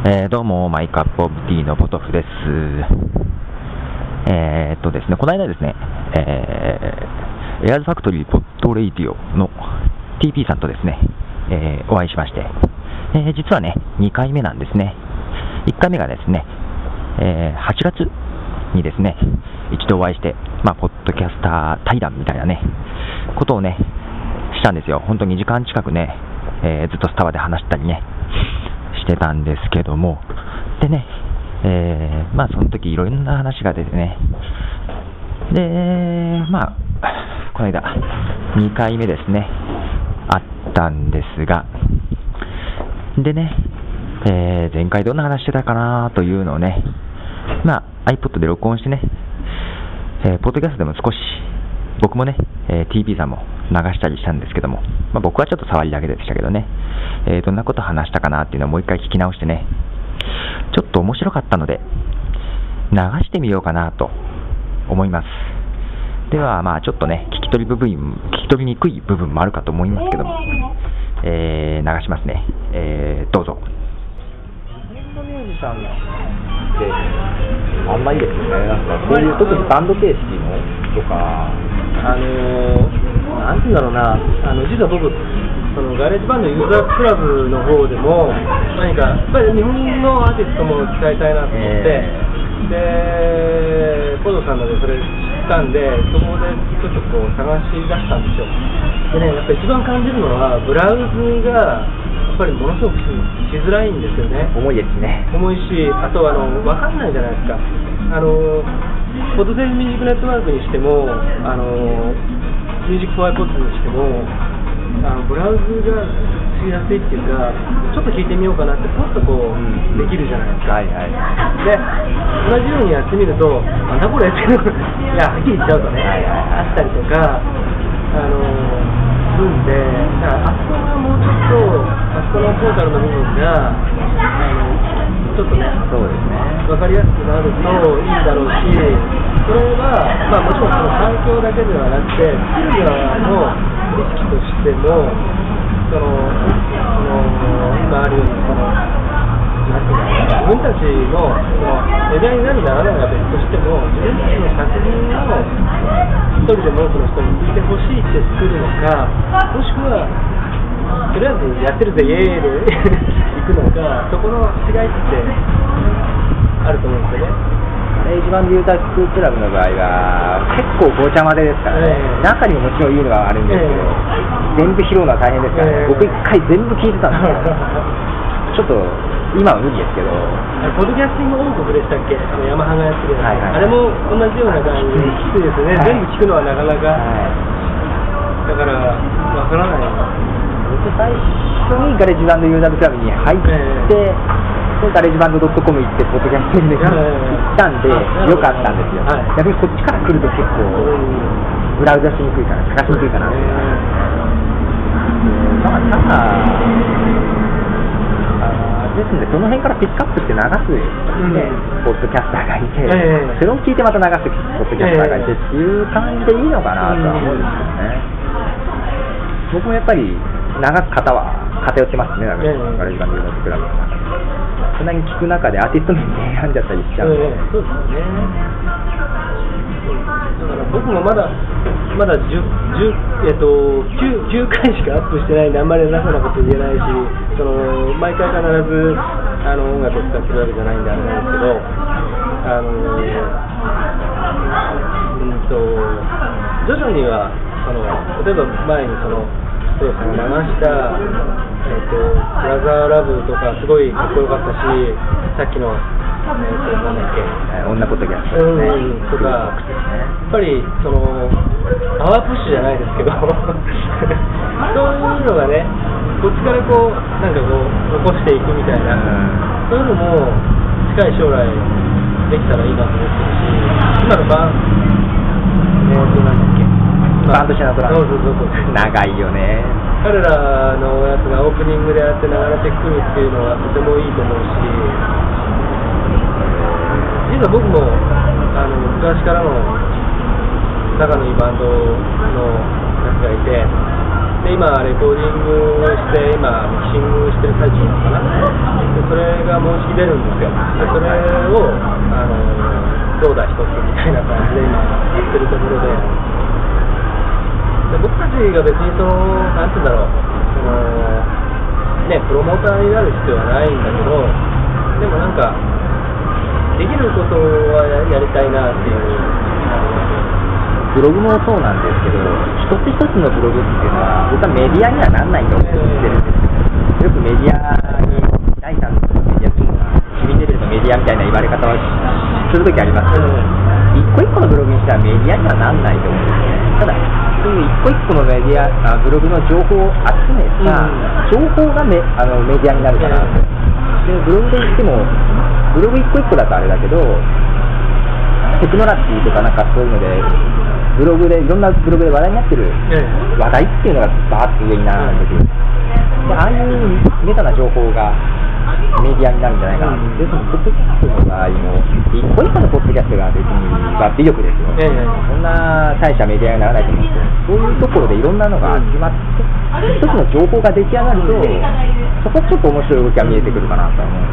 どうも、マイカップオブティーのポトフです。ですね、この間ですね、エアーズファクトリーポッドレイディオの TP さんとですね、お会いしまして、実はね、2回目なんですね。1回目がですね、8月にですね、一度お会いして、ポッドキャスター対談みたいなね、ことをね、したんですよ。本当に2時間近くね、ずっとスタバで話したりね、してたんですけども、でね、その時いろんな話が出てね、で、この間、2回目ですね、あったんですが、でね、前回どんな話してたかなというのをね、iPod で録音してね、ポッドキャストでも少し、僕もね、TP さんも流したりしたんですけども、僕はちょっと触りだけでしたけどね、どんなこと話したかなっていうのをもう一回聞き直してね、ちょっと面白かったので、流してみようかなと思います。では、ちょっとね、聞き取りにくい部分もあるかと思いますけども、流しますね。どうぞ。 日本のミュージシャンってあんまりですよね。なんかそういう特にバンド形式のとか、なんていうんだろうな、実は僕そのガレージバンドユーザークラブの方でも何かやっぱり日本のアーティストも伝えたいなと思って、でポドさんのでそれ知ったんで、そこでちょっとこう探し出したんですよ。でね、やっぱり一番感じるのはブラウズがやっぱりものすごくしづらいんですよね。 重いですね。 重いし、あと分かんないじゃないですか。ポッドセールミュージックネットワークにしても、ミュージックフォーアイポッドにしても、ブラウズがしやすいっていうか、ちょっと聞いてみようかなってパッとこう、できるじゃないですか。で、同じようにやってみると、なんだこれっていうのがいやはっきり言っちゃうとね、あったりとかするんで、だからあそこがもうちょっと、あそこのポータルの部分がちょっとね、 そうですね、 分かりやすくなるといいだろうし、それは、もちろんその環境だけではなくて、作る側の意識としても、今あるようになんていうの、自分たちのメディアになるならないは別としても、自分たちの作品を一人でも多くの人に聞いてほしいって作るのか、もしくはとりあえずやってるぜイエーイで行くのか、そこの違いってあると思うんですよね。 ガレージバンドユーザークラブの場合は結構ごちゃ混ぜですからね、中にももちろんいいのがあるんですけど、全部拾うのは大変ですからね、僕一回全部聞いてたんですけどちょっと今は無理ですけど、 ポッドキャスティング王国でしたっけ、ヤマハがやってるやつ、あれも同じような感じできついですね、全部聞くのはなかなか、だからわからない。 僕最初にガレージバンドユーザークラブに入って、ガレージバンド.com 行ってポッドキャスティングで行ったんでよかったんですよ。逆にこっちから来ると結構ブラウザしにくいから探しにくいかなってですので、その辺からピックアップして流す、ポッドキャスターがいて、それを聞いてまた流すポッドキャスターがいてっていう感じでいいのかなとは思うんですけどね。僕もやっぱり流す方は偏ってますね、ガレージバンドユーザークラブの中で。そんなに聞く中でアーティスト名選んじゃったりしちゃうんで、 そうですね。だから僕もまだ9回しかアップしてないんで、あんまりラフなこと言えないし、毎回必ず音楽を使ってるわけじゃないんであれなんですけど、徐々には例えば前にプロさんが流したブラザーラブとかすごいかっこよかったし、さっきのなんだっけ、 女ポッドキャストとか、やっぱりパワープッシュじゃないですけどそういうのがね、こっちからなんか起こしていくみたいな、そういうのも近い将来できたらいいなと思ってるし、今のなんだっけ、 バンドシナトラ、そう長いよね。 彼らのやつがオープニングでやって流れてくるっていうのはとてもいいと思うし、実は僕も昔からの仲のいいバンドのやつがいて、 で今レコーディングして今ミキシングしてる最中なのかな。でそれがもうじき出るんですよ。でそれを兄弟一つみたいな感じで今やってるところで、僕たちが別になんて言うんだろう、ね、プロモーターになる必要はないんだけど、でもなんかできることはやりたいなっていう。 ブログもそうなんですけど、一つ一つのブログっていうのは僕はメディアにはなんないと思ってるんですよ。よくメディアに第三のメディアっていうのは市民レベルのメディアみたいな言われ方はするときありますけど、一個一個のブログにしてはメディアにはなんないと思うんですね。ただそういう一個一個のメディアブログの情報を集めた情報がメディアになるかなと。でブログで言ってもブログ一個一個だとあれだけど、テクノラジーとかなんかそういうのでブログでいろんなブログで話題になってる話題っていうのがバーッと上に並んでくる。でああいうメタな情報がメディアになるんじゃないかな。でそのポッドキャストの場合も一個一個のポッドキャストが別に美力ですよ。そんな大したメディアにならないと思うんですけど、そういうところでいろんなのが集まって一つの情報が出来上がると、そこちょっと面白い動きが見えてくるかなと思うの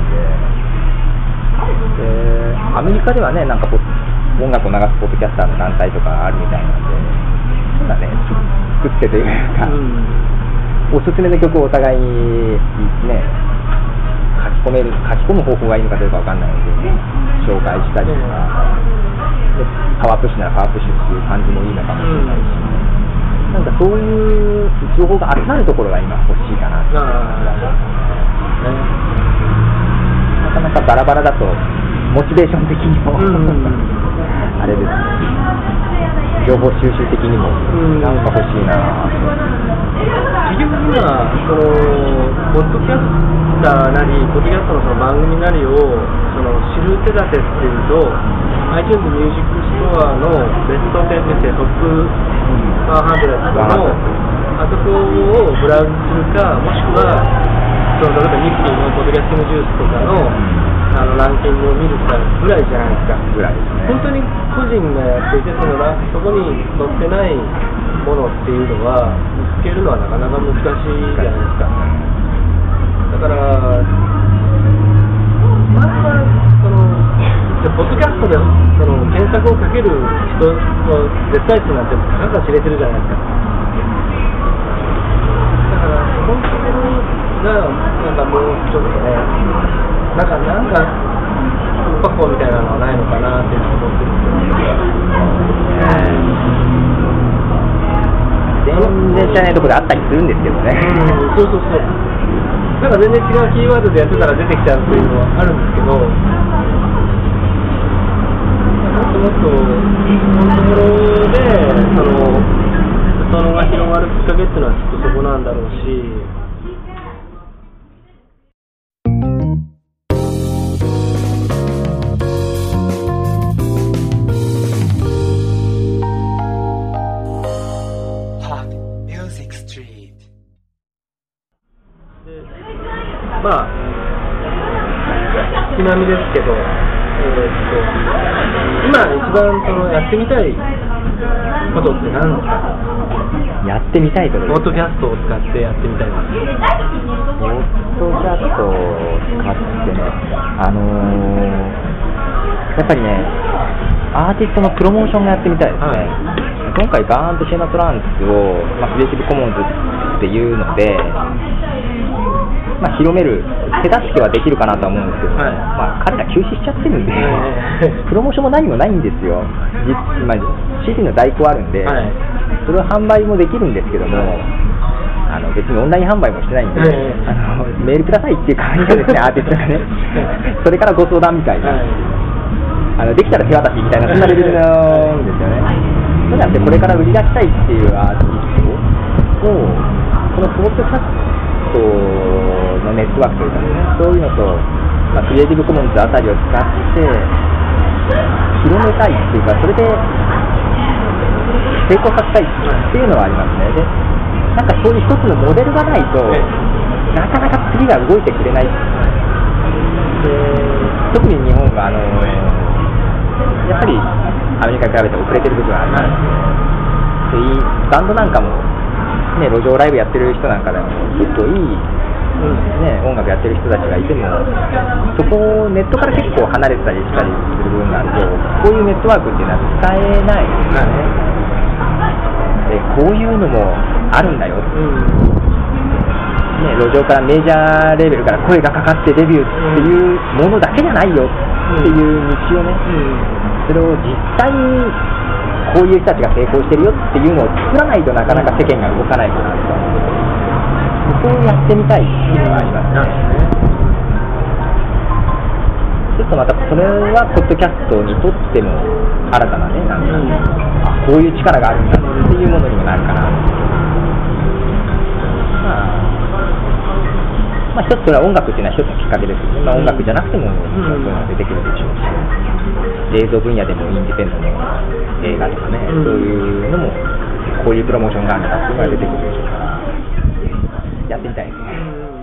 で、アメリカではね、なんか音楽を流すポッドキャスターの団体とかあるみたいなんで、そうだね、作ってというか、おすすめの曲をお互いにね、書き込む方法がいいのかどうかわかんないので、紹介したりとか、でパワープッシュならパワープッシュっていう感じもいいのかもしれないし、なんかそういう情報が集まるところが今欲しいかなって思いますね。なかなかバラバラだとモチベーション的にもあれですね、情報収集的にもなんか欲しいな。 結局今ポッドキャスターなりポッドキャストのその番組なりを知る手立てっていうと、iTunes ミュージックストアのベスト10でトップ100のあそこをブラウズするか、もしくは例えばニフティのポッドキャスティングジュースとかのランキングを見るかぐらいじゃないですか。 ぐらいですね。 本当に個人がやっていてそこに載ってないものっていうのは見つけるのはなかなか難しいじゃないですか。だからまずはポッドキャストで検索をかける人の絶対数なんてたかが知れてるじゃないですか。だからそこのところがなんかもうちょっとね、なんか突破口みたいなのはないのかなって思ってるんですよ。 全然知らないところであったりするんですけどね。 そう。なんか全然違うキーワードでやってたら出てきちゃうっていうのはあるんですけど、もっとそのところで裾野が広がるきっかけっていうのはきっとそこなんだろうし。まあ、月並みですけど、今一番やってみたいことって何ですか？ やってみたいことです。 ポッドキャストを使ってやってみたいです。 ポッドキャストを使ってね、やっぱりね、アーティストのプロモーションがやってみたいですね。今回バーンとシェナトランスを、クリエイティブコモンズっていうので、広める手助けはできるかなとは思うんですけど、彼ら休止しちゃってるんで、プロモーションも何もないんですよ。CD の在庫あるんで、それを販売もできるんですけども、別にオンライン販売もしてないんで、メールくださいっていう感じですね、アーティストがね。それからご相談みたいな、できたら手渡しみたいな、そんなレベルなんですよね。そうじゃなくて、これから売り出したいっていうアーティストを、このポッドキャストのネットワークというかね、そういうのと、クリエイティブコモンズあたりを使って広めたいっていうか、それで成功させたいっていうのはありますね。で、なんかそういう一つのモデルがないと、なかなか次が動いてくれない。で、特に日本はやっぱりアメリカに比べて遅れてる部分があります。で、バンドなんかもね、路上ライブやってる人なんかでも結構いい、ね、音楽やってる人たちがいても、そこをネットから結構離れてたりしたりする部分があると、こういうネットワークっていうのは使えないですからね。でこういうのもあるんだよ、ね、路上からメジャーレベルから声がかかってデビューっていうものだけじゃないよっていう道をね、それを実際にこういう人たちが成功してるよっていうのを作らないとなかなか世間が動かないことなんですよ。そこをやってみたいっていうのがありますね。ちょっとまたそれはポッドキャストにとっても新たなね、なんかこういう力があるんだっていうものにもなるかな。まあ一つそれは音楽っていうのは一つのきっかけですけど、まあ、音楽じゃなくてもそういうのが出てくるでしょうし、映像分野でもインディペンデントの映画とかね、そういうのもこういうプロモーションがあるんだっていうのが出てくるでしょうから、やってみたいですね。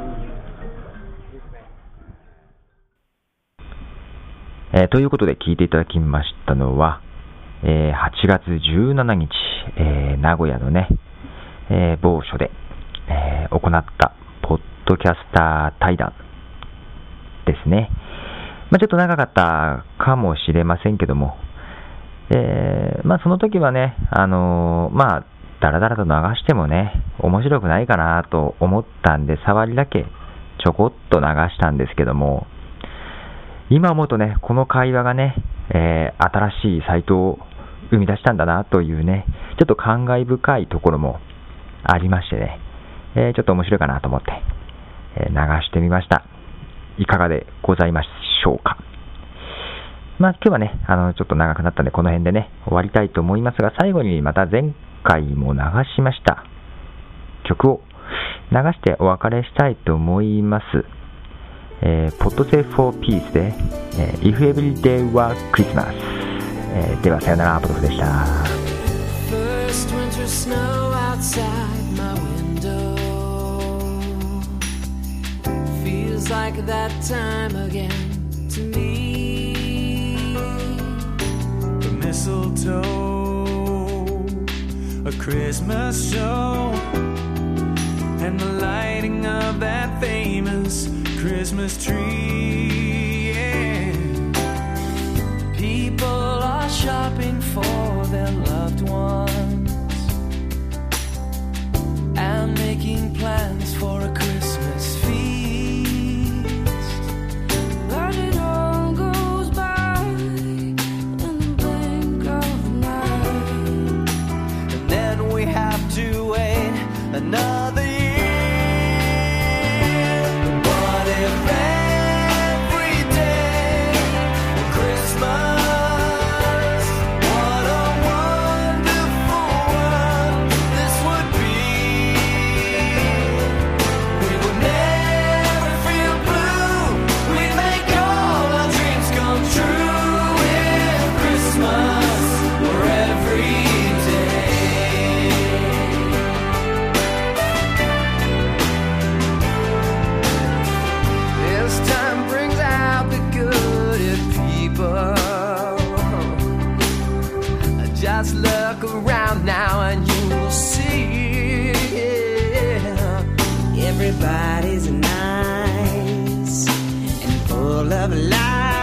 ということで聞いていただきましたのは、8月17日、名古屋のね、某所で、行ったポッドキャスター対談ですね。まあ、ちょっと長かったかもしれませんけども、まあ、その時はね、まあ、だらだらと流してもね、面白くないかなと思ったんで、触りだけちょこっと流したんですけども、今思うとね、この会話がね、新しいサイトを生み出したんだなというね、ちょっと感慨深いところもありましてね、ちょっと面白いかなと思って、流してみました。いかがでございましょうか。まあ今日はね、ちょっと長くなったんでこの辺でね、終わりたいと思いますが、最後にまた前回も流しました曲を流してお別れしたいと思います。Pod Save for Peace で、If Every Day Were Christmas、ではさよなら、ポトフでした。 First winter snow outside my window feels like that time again to me. The mistletoe, a Christmas show, and the lighting of that famous Christmas tree, yeah. People are shopping for their loved ones and making plans for a Christmas feast. But it all goes by in the blink of an eye, And then we have to wait another year. What if every day were Christmas? What a wonderful world this would be. We would never feel blue. We'd make all our dreams come true if Christmas were every day. this time brings out the good in people. Just look around now and you'll see, yeah. Everybody's nice and full of life.